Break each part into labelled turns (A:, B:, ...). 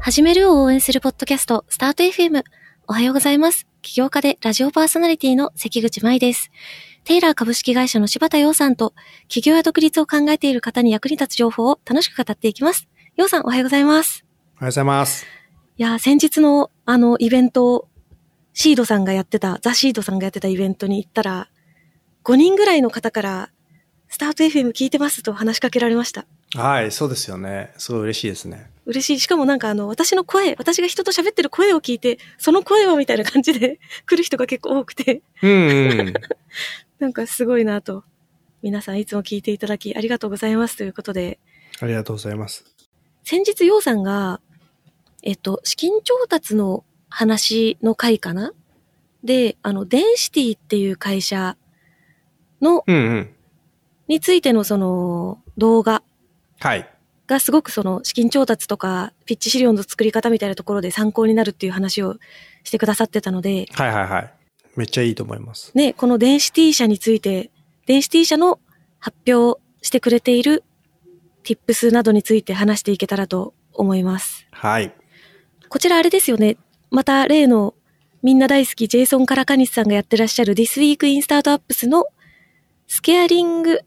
A: 始めるを応援するポッドキャスト、スタート FM。おはようございます。起業家でラジオパーソナリティの関口舞です。テイラー株式会社の柴田洋さんと、起業や独立を考えている方に役に立つ情報を楽しく語っていきます。洋さん、おはようございます。
B: おはようございます。
A: いや、先日のイベント、ザ・シードさんがやってたイベントに行ったら、5人ぐらいの方から、スタート FM 聞いてますと話しかけられました。
B: はい、そうですよね。すごい嬉しいですね。
A: 嬉しい。しかもなんか私が人と喋ってる声を聞いて、その声はみたいな感じで来る人が結構多くて。なんかすごいなと。皆さんいつも聞いていただきありがとうございますということで。
B: ありがとうございます。
A: 先日、ヨウさんが、資金調達の話の回かなで、デンシティっていう会社の、についてのその動画。
B: はい。
A: がすごくその資金調達とかピッチ資料の作り方みたいなところで参考になるっていう話をしてくださってたので。
B: はいはいはい。めっちゃいいと思います。
A: ね、この電子 T 社について、電子 T 社の発表してくれている Tips などについて話していけたらと思います。
B: はい。
A: こちらあれですよね。また例のみんな大好きジェイソン・カラカニスさんがやってらっしゃる This Week in Startups のスケーリング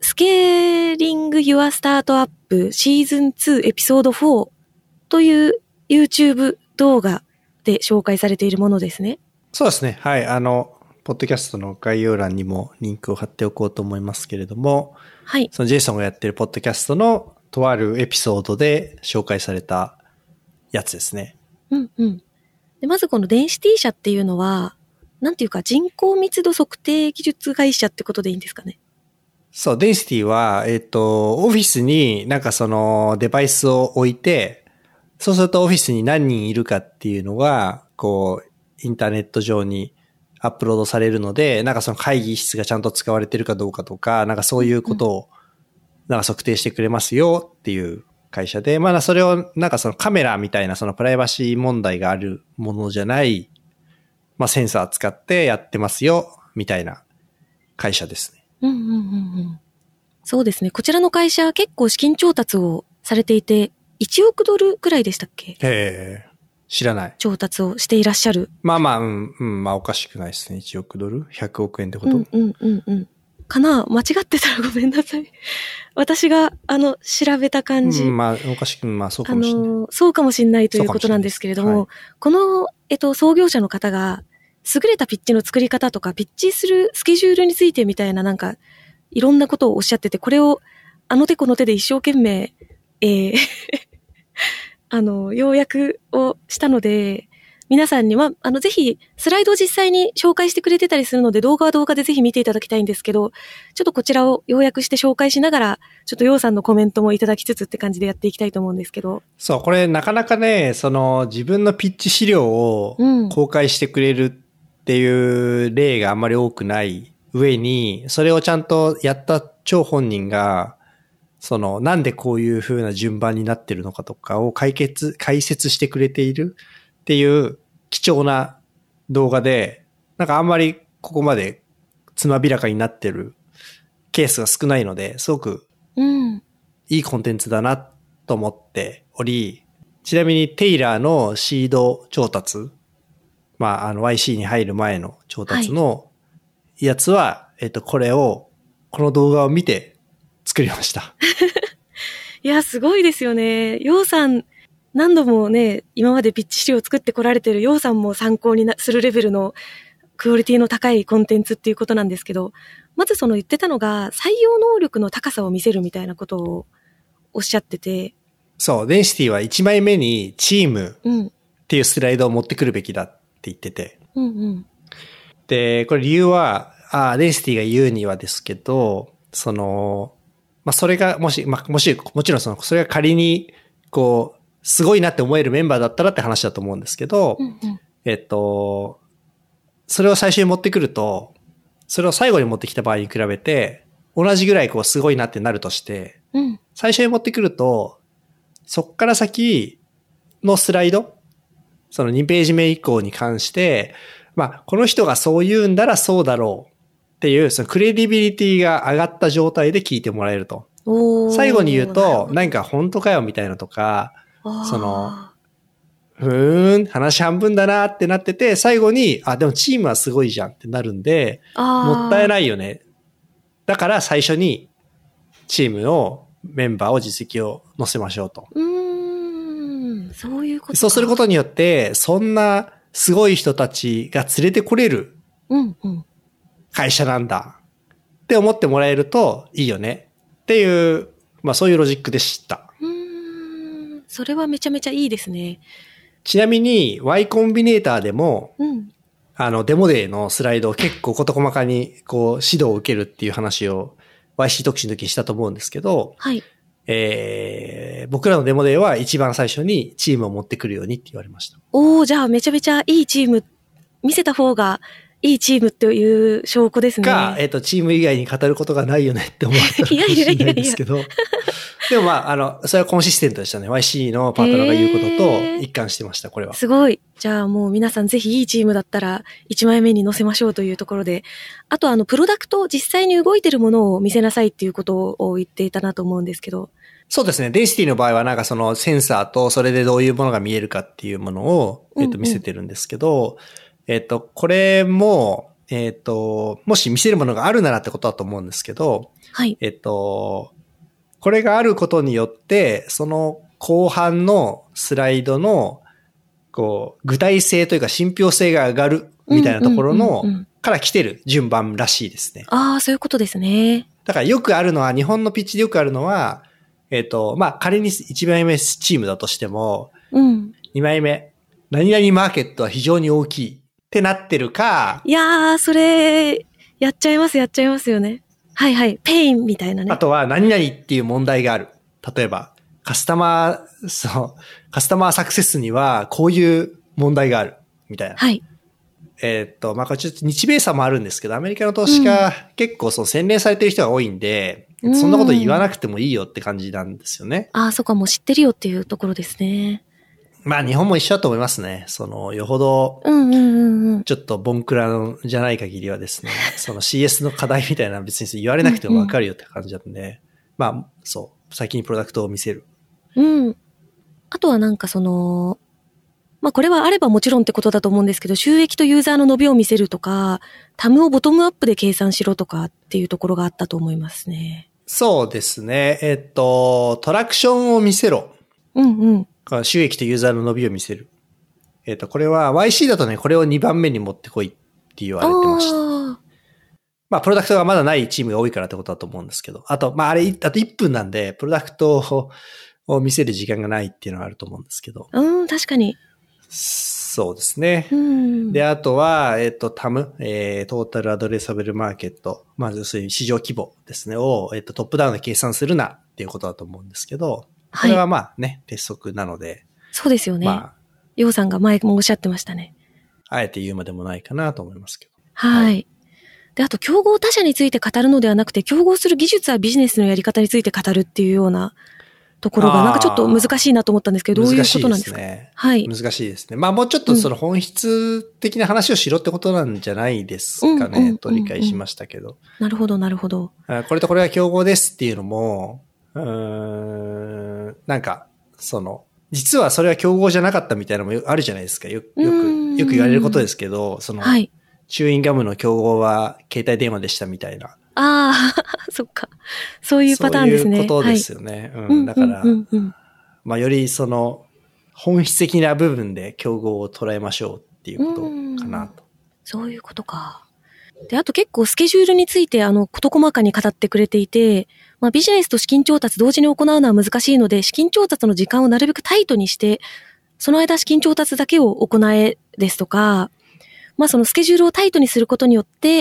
A: Your Startup シーズン2エピソード4という YouTube 動画で紹介されているものですね。
B: そうですね。はい。ポッドキャストの概要欄にもリンクを貼っておこうと思いますけれども、
A: はい。
B: そのジェイソンがやってるポッドキャストのとあるエピソードで紹介されたやつですね。
A: うんうん。で、まずこの電子 T 社っていうのは、なんていうか人口密度測定技術会社ってことでいいんですかね。
B: そう、デンシティは、オフィスになんかそのデバイスを置いて、そうするとオフィスに何人いるかっていうのが、こう、インターネット上にアップロードされるので、なんかその会議室がちゃんと使われてるかどうかとか、なんかそういうことを、なんか測定してくれますよっていう会社で、まあそれをなんかそのカメラみたいなそのプライバシー問題があるものじゃない、まあセンサー使ってやってますよ、みたいな会社ですね。
A: そうですね。こちらの会社結構資金調達をされていて、1億ドルくらいでしたっけ？
B: へえ、知らない。
A: 調達をしていらっしゃる。
B: まあまあ、まあおかしくないですね。1億ドル ?100 億円ってこと？
A: かな？間違ってたらごめんなさい。私が、調べた感じ。
B: まあ、おかしく、まあそうかもしれない。
A: そうかもしれないということなんですけれども、この、創業者の方が、優れたピッチの作り方とか、ピッチするスケジュールについてみたいななんか、いろんなことをおっしゃってて、これを、あの手この手で一生懸命、要約をしたので、皆さんには、ぜひ、スライドを実際に紹介してくれてたりするので、動画は動画でぜひ見ていただきたいんですけど、ちょっとこちらを要約して紹介しながら、ちょっとヨウさんのコメントもいただきつつって感じでやっていきたいと思うんですけど。
B: そう、これなかなかね、その自分のピッチ資料を公開してくれるっていう例があんまり多くない上に、それをちゃんとやった張本人が、そのなんでこういう風な順番になってるのかとかを解説してくれているっていう貴重な動画で、なんかあんまりここまでつまびらかになってるケースが少ないので、すごくいいコンテンツだなと思っており、ちなみにテイラーのシード調達、まあ、YC に入る前の調達のやつは、この動画を見て作りました。
A: いや、すごいですよね。ヨウさん、何度もね、今までピッチ資料を作ってこられてるヨウさんも参考にするレベルのクオリティの高いコンテンツっていうことなんですけど、まずその言ってたのが採用能力の高さを見せるみたいなことをおっしゃってて。
B: そう、デンシティは1枚目にチームっていうスライドを持ってくるべきだって言ってて。で、これ理由は、デンシティが言うにはですけど、その、まあ、それがもちろんそれが仮に、こう、すごいなって思えるメンバーだったらって話だと思うんですけど、それを最初に持ってくると、それを最後に持ってきた場合に比べて、同じぐらいこうすごいなってなるとして、最初に持ってくると、そっから先のスライド、その2ページ目以降に関して、まあ、この人がそう言うんだらそうだろうっていう、そのクレディビリティが上がった状態で聞いてもらえると。最後に言うと、何か本当かよみたいなとか、その、 話半分だなってなってて、最後に、でもチームはすごいじゃんってなるんで、もったいないよね。だから最初にチームのメンバーを実績を載せましょうと。
A: そういうことか。
B: そうすることによって、そんなすごい人たちが連れてこれる会社なんだって思ってもらえるといいよねっていう、そういうロジックでした。
A: それはめちゃめちゃいいですね。
B: ちなみに Y コンビネーターでも、デモデーのスライドを結構事細かに指導を受けるっていう話を YC 特集の時にしたと思うんですけど、
A: はい。
B: 僕らのデモデーは一番最初にチームを持ってくるようにって言われました。
A: じゃあめちゃめちゃいいチーム、見せた方がいいチームという証拠ですね。
B: チーム以外に語ることがないよねって思われたかもしれないんですけど。でもそれはコンシステントでしたね。YC のパートナーが言うことと一貫してました、これは。
A: すごい。じゃあもう皆さんぜひいいチームだったら1枚目に載せましょうというところで。あとプロダクト、実際に動いてるものを見せなさいっていうことを言っていたなと思うんですけど。
B: そうですね。デンシティの場合はそのセンサーとそれでどういうものが見えるかっていうものを、見せてるんですけど、これも、もし見せるものがあるならってことだと思うんですけど、
A: はい。
B: これがあることによって、その後半のスライドの、具体性というか信憑性が上がるみたいなところの、から来てる順番らしいですね。
A: そういうことですね。
B: だからよくあるのは、日本のピッチでよくあるのは、仮に1枚目チームだとしても、2枚目、何々マーケットは非常に大きいってなってるか、
A: いやー、それ、やっちゃいますよね。はいはい。ペインみたいなね。
B: あとは何々っていう問題がある。例えば、カスタマーサクセスにはこういう問題がある。みたいな。
A: はい。
B: これちょっと日米差もあるんですけど、アメリカの投資家、結構洗練されてる人が多いんで、そんなこと言わなくてもいいよって感じなんですよね。
A: そうか、もう知ってるよっていうところですね。
B: 日本も一緒だと思いますね。よほど、ちょっとボンクラじゃない限りはですね、CS の課題みたいなのは別に言われなくてもわかるよって感じだったんで、先にプロダクトを見せる。
A: あとはこれはあればもちろんってことだと思うんですけど、収益とユーザーの伸びを見せるとか、タムをボトムアップで計算しろとかっていうところがあったと思いますね。
B: そうですね。トラクションを見せろ。収益とユーザーの伸びを見せる。これは YC だとね、これを2番目に持ってこいって言われてました。プロダクトがまだないチームが多いからってことだと思うんですけど。あと1分なんで、プロダクトを見せる時間がないっていうのがあると思うんですけど。
A: 確かに。
B: そうですね。で、あとは、タム、トータルアドレサブルマーケット。まず、そういう市場規模ですね、を、トップダウンで計算するなっていうことだと思うんですけど、これは鉄則なので。
A: そうですよね。ヨウさんが前もおっしゃってましたね。
B: あえて言うまでもないかなと思いますけど。
A: はい。で、あと、競合他社について語るのではなくて、競合する技術やビジネスのやり方について語るっていうようなところが、ちょっと難しいなと思ったんですけど、どういうことなんですか？
B: はい。難しいですね。もうちょっと本質的な話をしろってことなんじゃないですかね、と理解しましたけど。
A: なるほど、なるほど。
B: これとこれが競合ですっていうのも、実はそれは競合じゃなかったみたいなのもあるじゃないですか。よく言われることですけど、
A: はい、
B: チューインガムの競合は携帯電話でしたみたいな。
A: そっか。そういうパターンですね。
B: そういうことですよね。だから、より本質的な部分で競合を捉えましょうっていうことかなと。
A: そういうことか。で、あと結構スケジュールについて事細かに語ってくれていて、ビジネスと資金調達同時に行うのは難しいので、資金調達の時間をなるべくタイトにして、その間資金調達だけを行えですとか、そのスケジュールをタイトにすることによって、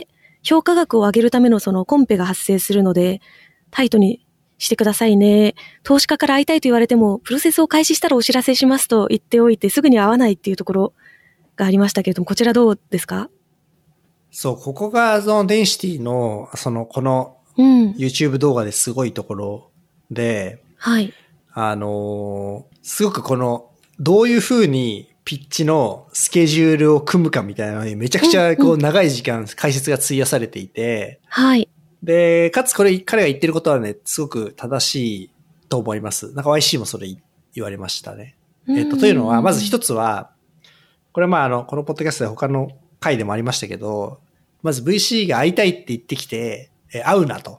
A: 評価額を上げるためのコンペが発生するので、タイトにしてくださいね。投資家から会いたいと言われても、プロセスを開始したらお知らせしますと言っておいて、すぐに会わないっていうところがありましたけれども、こちらどうですか？
B: そう、ここがデンシティの、この、YouTube 動画ですごいところで、
A: はい。
B: すごくどういう風にピッチのスケジュールを組むかみたいなのにめちゃくちゃ長い時間解説が費やされていて、
A: はい。
B: で、かつ彼が言ってることはね、すごく正しいと思います。YC もそれ言われましたね。 というのは、まず一つは、これはこのポッドキャストで他の回でもありましたけど、まず VC が会いたいって言ってきて、会うなと。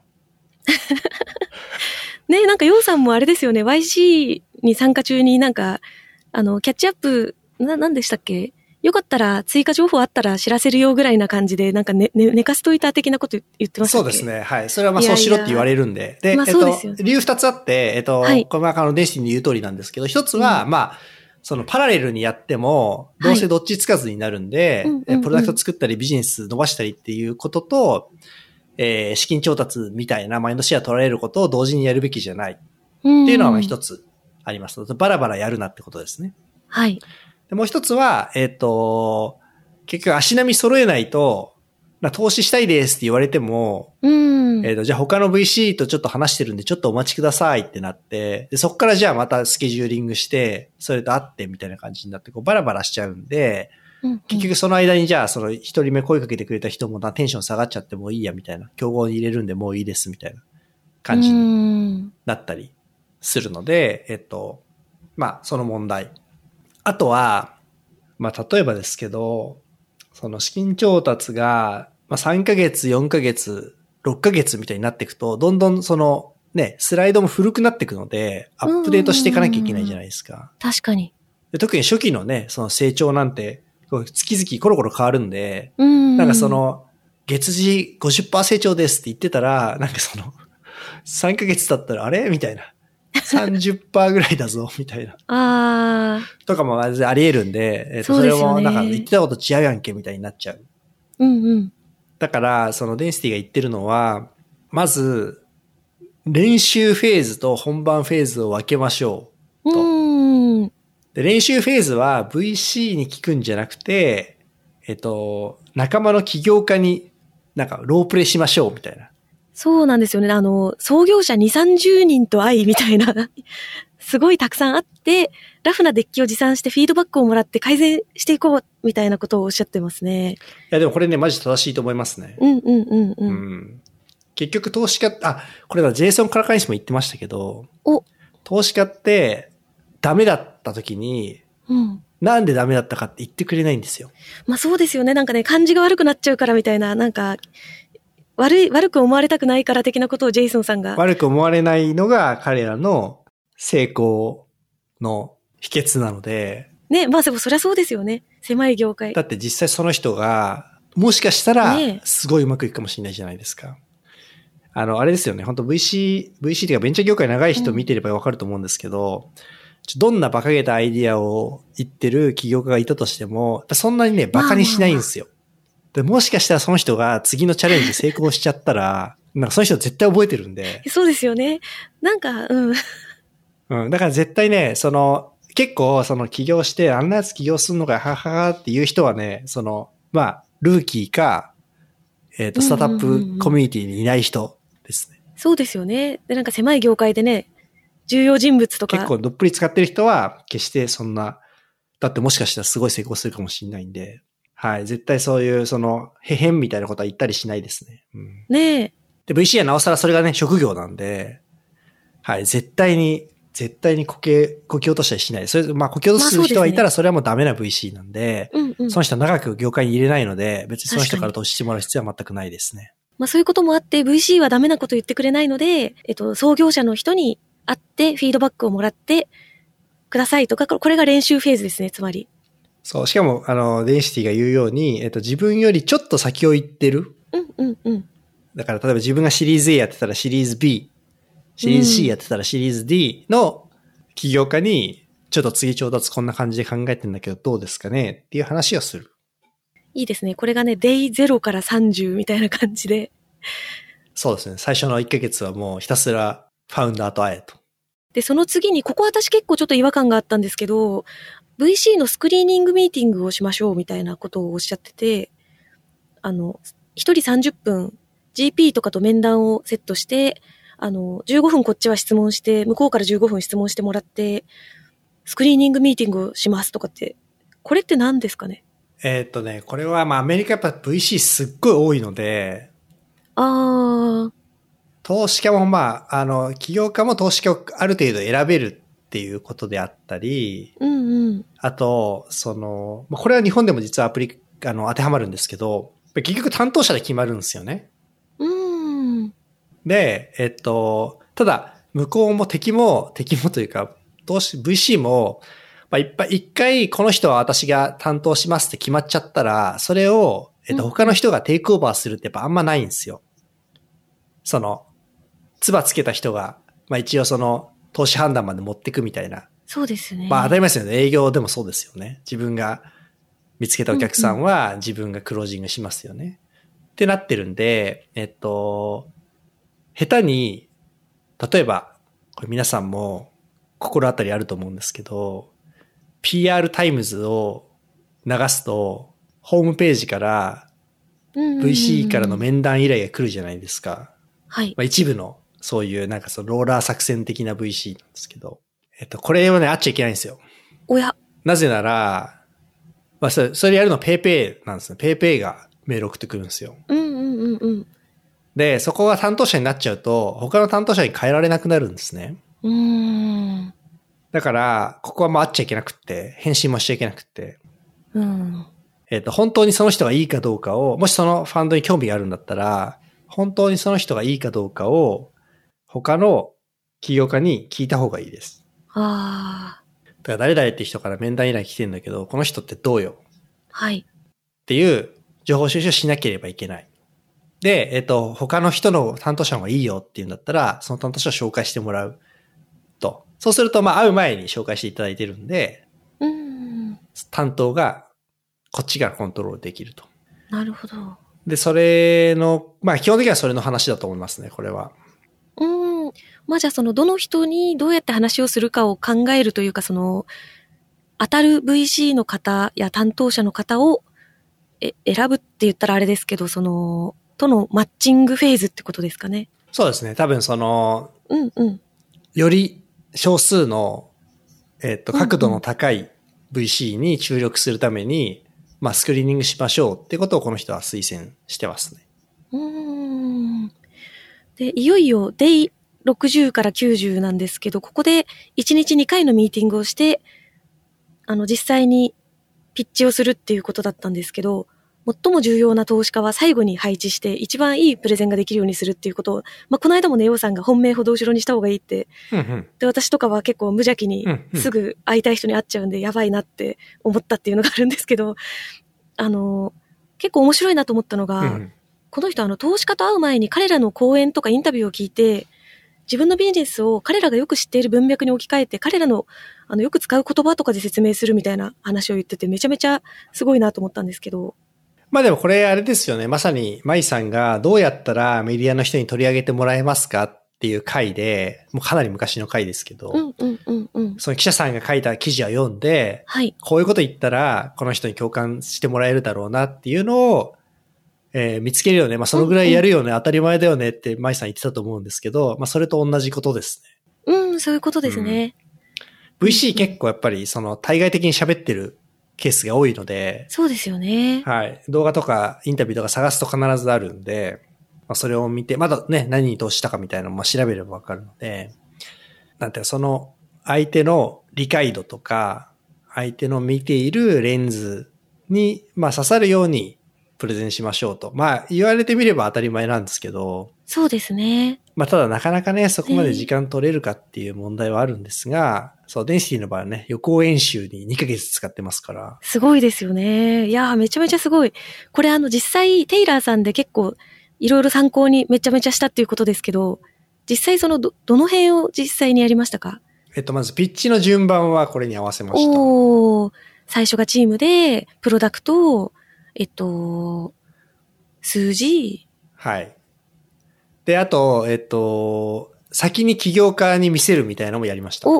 A: ね、なんかヨウさんもあれですよね、YC に参加中になんか、キャッチアップ、なんでしたっけ？よかったら追加情報あったら知らせるよぐらいな感じで、なんか寝かしといた的なこと言ってましたっけ？
B: そうですね。はい。それはそうしろって言われるんで。で、
A: そうですよね。
B: 理由二つあって、はい、これはデンシティに言う通りなんですけど、一つは、そのパラレルにやっても、どうせどっちつかずになるんで、プロダクト作ったりビジネス伸ばしたりっていうことと、資金調達みたいなマインドシェア取られることを同時にやるべきじゃない。っていうのは一つあります。バラバラやるなってことですね。
A: はい。
B: でもう一つは、結局足並み揃えないと、投資したいですって言われても、じゃあ他の VC とちょっと話してるんでちょっとお待ちくださいってなって、でそこからじゃあまたスケジューリングして、それと会ってみたいな感じになって、バラバラしちゃうんで、結局その間にじゃあその一人目声かけてくれた人もテンション下がっちゃってもいいやみたいな、競合に入れるんでもういいですみたいな感じになったりするので、その問題。あとは、例えばですけど、その資金調達が、3ヶ月、4ヶ月、6ヶ月みたいになっていくと、どんどんそのね、スライドも古くなっていくので、アップデートしていかなきゃいけないじゃないですか。
A: 確かに。
B: で特に初期のね、その成長なんて、月々コロコロ変わるんで、なんかその、月次 50% 成長ですって言ってたら、なんかその、3ヶ月経ったら、あれみたいな。30% ぐらいだぞ、みたいな。とかもあり得るんで、それもなんか言ってたこと違うやんけ、みたいになっちゃう。だから、そのデンシティが言ってるのは、まず、練習フェーズと本番フェーズを分けましょう。と。で練習フェーズは VC に聞くんじゃなくて、仲間の起業家になんかロープレイしましょう、みたいな。
A: そうなんですよね。創業者2、30人と会いみたいな、すごいたくさんあって、ラフなデッキを持参してフィードバックをもらって改善していこうみたいなことをおっしゃってますね。い
B: やでもこれね、マジ正しいと思いますね。結局投資家、これだ、ジェイソン・カラカニスも言ってましたけど、投資家ってダメだった時に、なんでダメだったかって言ってくれないんですよ。
A: そうですよね。なんかね、感じが悪くなっちゃうからみたいな、なんか、悪く思われたくないから的なことをジェイソンさんが。
B: 悪く思われないのが彼らの成功の秘訣なので。
A: ね、そりゃそうですよね。狭い業界。
B: だって実際その人が、もしかしたら、すごいうまくいくかもしれないじゃないですか。あれですよね。本当 VC というかベンチャー業界長い人見てればわかると思うんですけど、どんな馬鹿げたアイディアを言ってる起業家がいたとしても、そんなにね、馬鹿にしないんですよ。でもしかしたらその人が次のチャレンジ成功しちゃったら、なんかその人絶対覚えてるんで。
A: そうですよね。なんか、
B: だから絶対ね、結構起業して、あんなやつ起業するのか、はははっていう人はね、ルーキーか、スタートアップコミュニティにいない人ですね。
A: そうですよね。で、なんか狭い業界でね、重要人物とか。
B: 結構どっぷり使ってる人は、決してそんな、だってもしかしたらすごい成功するかもしれないんで。はい。絶対そういう、へへんみたいなことは言ったりしないですね。
A: ねえ。
B: で、VC はなおさらそれがね、職業なんで、はい。絶対にこき落としたりしない。それ、こき落とす人がいたらそれはもうダメな VC なんで、その人は長く業界に入れないので、別にその人から投資してもらう必要は全くないですね。
A: そういうこともあって、VC はダメなこと言ってくれないので、創業者の人に会ってフィードバックをもらってくださいとか、これが練習フェーズですね、つまり。
B: そう、しかも、デンシティが言うように、自分よりちょっと先を行ってる。だから、例えば自分がシリーズ A やってたらシリーズ B、シリーズ C やってたらシリーズ D の起業家に、ちょっと次調達こんな感じで考えてんだけどどうですかねっていう話をする。
A: いいですね。これがね、デイ0から30みたいな感じで。
B: そうですね。最初の1ヶ月はもうひたすらファウンダーと会えと。
A: で、その次に、ここ私結構ちょっと違和感があったんですけど、VC のスクリーニングミーティングをしましょうみたいなことをおっしゃってて、一人30分 GP とかと面談をセットして、15分こっちは質問して、向こうから15分質問してもらって、スクリーニングミーティングをしますとかって、これって何ですかね？
B: これはアメリカやっぱ VC すっごい多いので、投資家も起業家も投資家をある程度選べるっていうことであったり、
A: うんうん、
B: あと、これは日本でも実は当てはまるんですけど、結局担当者で決まるんですよね。で、ただ、向こうも敵もというか、VC も、一回この人は私が担当しますって決まっちゃったら、それを、他の人がテイクオーバーするってやっぱあんまないんですよ。唾つけた人が、一応投資判断まで持ってくみたいな。
A: そうですね。
B: 当たり前ですよね。営業でもそうですよね。自分が見つけたお客さんは自分がクロージングしますよね。ってなってるんで、下手に、例えば、これ皆さんも心当たりあると思うんですけど、PR タイムズを流すと、ホームページから VC からの面談依頼が来るじゃないですか。
A: はい。
B: 一部の、そういうローラー作戦的な VC なんですけど、これはね、あっちゃいけないんですよ。
A: おや。
B: なぜなら、それやるの PayPay なんですね。PayPay がメール送ってくるんですよ。で、そこが担当者になっちゃうと、他の担当者に変えられなくなるんですね。だから、ここはもうあっちゃいけなくって、返信もしちゃいけなくって。本当にその人がいいかどうかを、もしそのファンドに興味があるんだったら、本当にその人がいいかどうかを、他の起業家に聞いた方がいいです。だから誰々って人から面談依頼来てるんだけど、この人ってどうよ。
A: はい。
B: っていう情報収集しなければいけない。で、他の人の担当者の方がいいよっていうんだったら、その担当者を紹介してもらうと。そうすると、会う前に紹介していただいてるんで、担当がこっちがコントロールできると。
A: なるほど。
B: で、それの、基本的にはそれの話だと思いますね、これは。
A: じゃあどの人にどうやって話をするかを考えるというか、当たる VC の方や担当者の方を選ぶって言ったらあれですけど、とのマッチングフェーズってことですかね。
B: そうですね。多分より少数の、角度の高い VC に注力するために、スクリーニングしましょうってことをこの人は推薦してますね。
A: で、いよいよ Day 60から90なんですけど、ここで1日2回のミーティングをして、実際にピッチをするっていうことだったんですけど、最も重要な投資家は最後に配置して一番いいプレゼンができるようにするっていうことを、この間もね、ヨウさんが本命ほど後ろにした方がいいって、で、私とかは結構無邪気にすぐ会いたい人に会っちゃうんでやばいなって思ったっていうのがあるんですけど、結構面白いなと思ったのが、この人投資家と会う前に彼らの講演とかインタビューを聞いて、自分のビジネスを彼らがよく知っている文脈に置き換えて、彼らのよく使う言葉とかで説明するみたいな話を言ってて、めちゃめちゃすごいなと思ったんですけど。
B: でもこれあれですよね。まさに舞さんがどうやったらメディアの人に取り上げてもらえますかっていう回で、もうかなり昔の回ですけど、その記者さんが書いた記事を読んで、こういうこと言ったらこの人に共感してもらえるだろうなっていうのを、見つけるよね。そのぐらいやるよね。当たり前だよねって舞さん言ってたと思うんですけど、それと同じことです
A: ね。そういうことですね。
B: VC 結構やっぱり対外的に喋ってるケースが多いので。
A: そうですよね。
B: はい。動画とかインタビューとか探すと必ずあるんで、それを見て、まだね、何に投資したかみたいなのも調べればわかるので、なんて相手の理解度とか、相手の見ているレンズに、刺さるようにプレゼンしましょうと。言われてみれば当たり前なんですけど。
A: そうですね。
B: ただなかなかね、そこまで時間取れるかっていう問題はあるんですが、デンシティの場合はね、予行演習に2ヶ月使ってますから。
A: すごいですよね。いやー、めちゃめちゃすごい。これ実際、テイラーさんで結構、いろいろ参考にめちゃめちゃしたっていうことですけど、実際どの辺を実際にやりましたか？
B: まずピッチの順番はこれに合わせました。
A: 最初がチームで、プロダクト、数字。
B: はい。で、あと、先に起業家に見せるみたいなのもやりました。
A: はい 。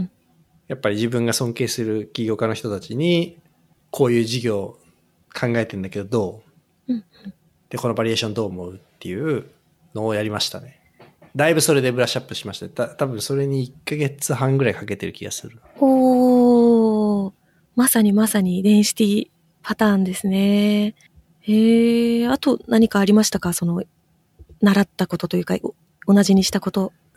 B: やっぱり自分が尊敬する起業家の人たちに、こういう事業考えてんだけどどう？で、このバリエーションどう思うっていうのをやりましたね。だいぶそれでブラッシュアップしました。多分それに1ヶ月半ぐらいかけてる気がする。
A: まさにデンシティパターンですね。あと何かありましたか？習ったことというか、同じにしたこと。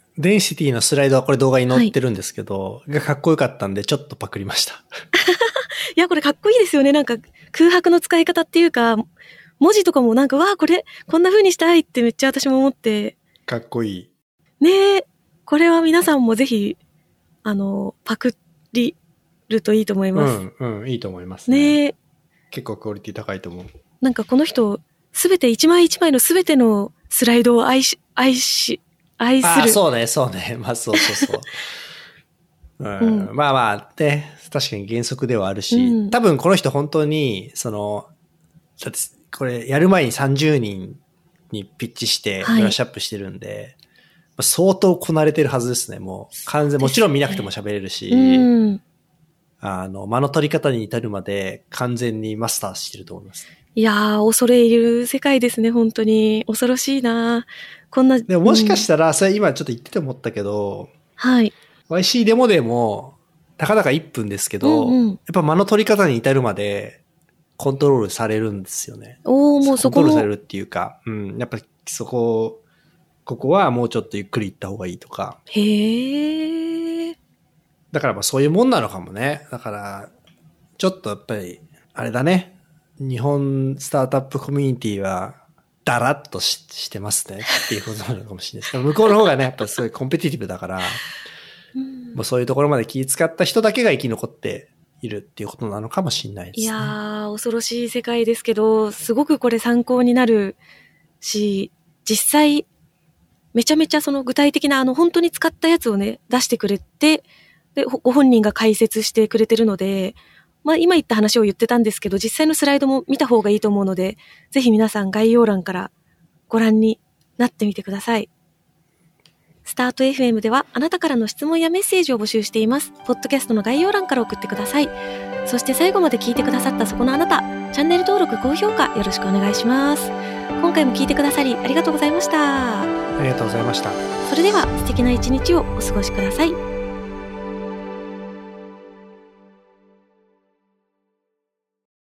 B: デンシティのスライドはこれ動画に載ってるんですけど、がかっこよかったんでちょっとパクりました。
A: いや、これかっこいいですよね。なんか空白の使い方っていうか、文字とかもなんか、わあ、これ、こんな風にしたいってめっちゃ私も思って。
B: かっこいい。
A: ねえ、これは皆さんもぜひ、パクりるといいと思います。
B: うん、いいと思いますね。
A: ねえ。
B: 結構クオリティ高いと思う。
A: なんかこの人、すべて一枚一枚のすべてのスライドを愛する。
B: あ、そうね。まあ、そう。うん、まあまあ、ね、確かに原則ではあるし、多分この人本当に、だってこれやる前に30人にピッチしてブラッシュアップしてるんで、相当こなれてるはずですね。もう完全、もちろん見なくても喋れるし、間の取り方に至るまで完全にマスターしてると思います。
A: いやー、恐れ入る世界ですね、本当に。恐ろしいなこんな。
B: でももしかしたら、それ今ちょっと言ってて思ったけど、
A: はい。
B: YC デモでも、たかだか1分ですけど、やっぱ間の取り方に至るまでコントロールされるんですよね。
A: もうそこも。
B: コントロールされるっていうか、やっぱりここはもうちょっとゆっくり行った方がいいとか。
A: へー。
B: だからまあそういうもんなのかもね。だから、ちょっとやっぱり、あれだね。日本スタートアップコミュニティは、だらっとしてますねっていうことなのかもしれないです。向こうの方がね、やっぱすごいコンペティティブだから、もうそういうところまで気遣った人だけが生き残っているっていうことなのかもしれないですね。
A: いやー、恐ろしい世界ですけど、すごくこれ参考になるし、実際、めちゃめちゃその具体的な本当に使ったやつをね、出してくれて、で、ご本人が解説してくれてるので、まあ今言った話を言ってたんですけど、実際のスライドも見た方がいいと思うので、ぜひ皆さん概要欄からご覧になってみてください。スタート FM ではあなたからの質問やメッセージを募集しています。ポッドキャストの概要欄から送ってください。そして最後まで聞いてくださったそこのあなた、チャンネル登録、高評価よろしくお願いします。今回も聞いてくださりありがとうございました。
B: ありがとうございました。
A: それでは素敵な一日をお過ごしください。